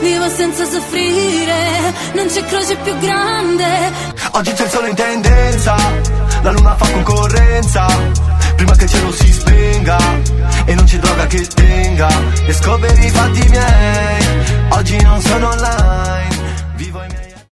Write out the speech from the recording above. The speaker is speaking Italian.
vivo senza soffrire, non c'è croce più grande. Oggi c'è il sole in tendenza, la luna fa concorrenza, prima che il cielo si spenga e non c'è droga che tenga. Discovery i fatti miei, oggi non sono online, vivo i miei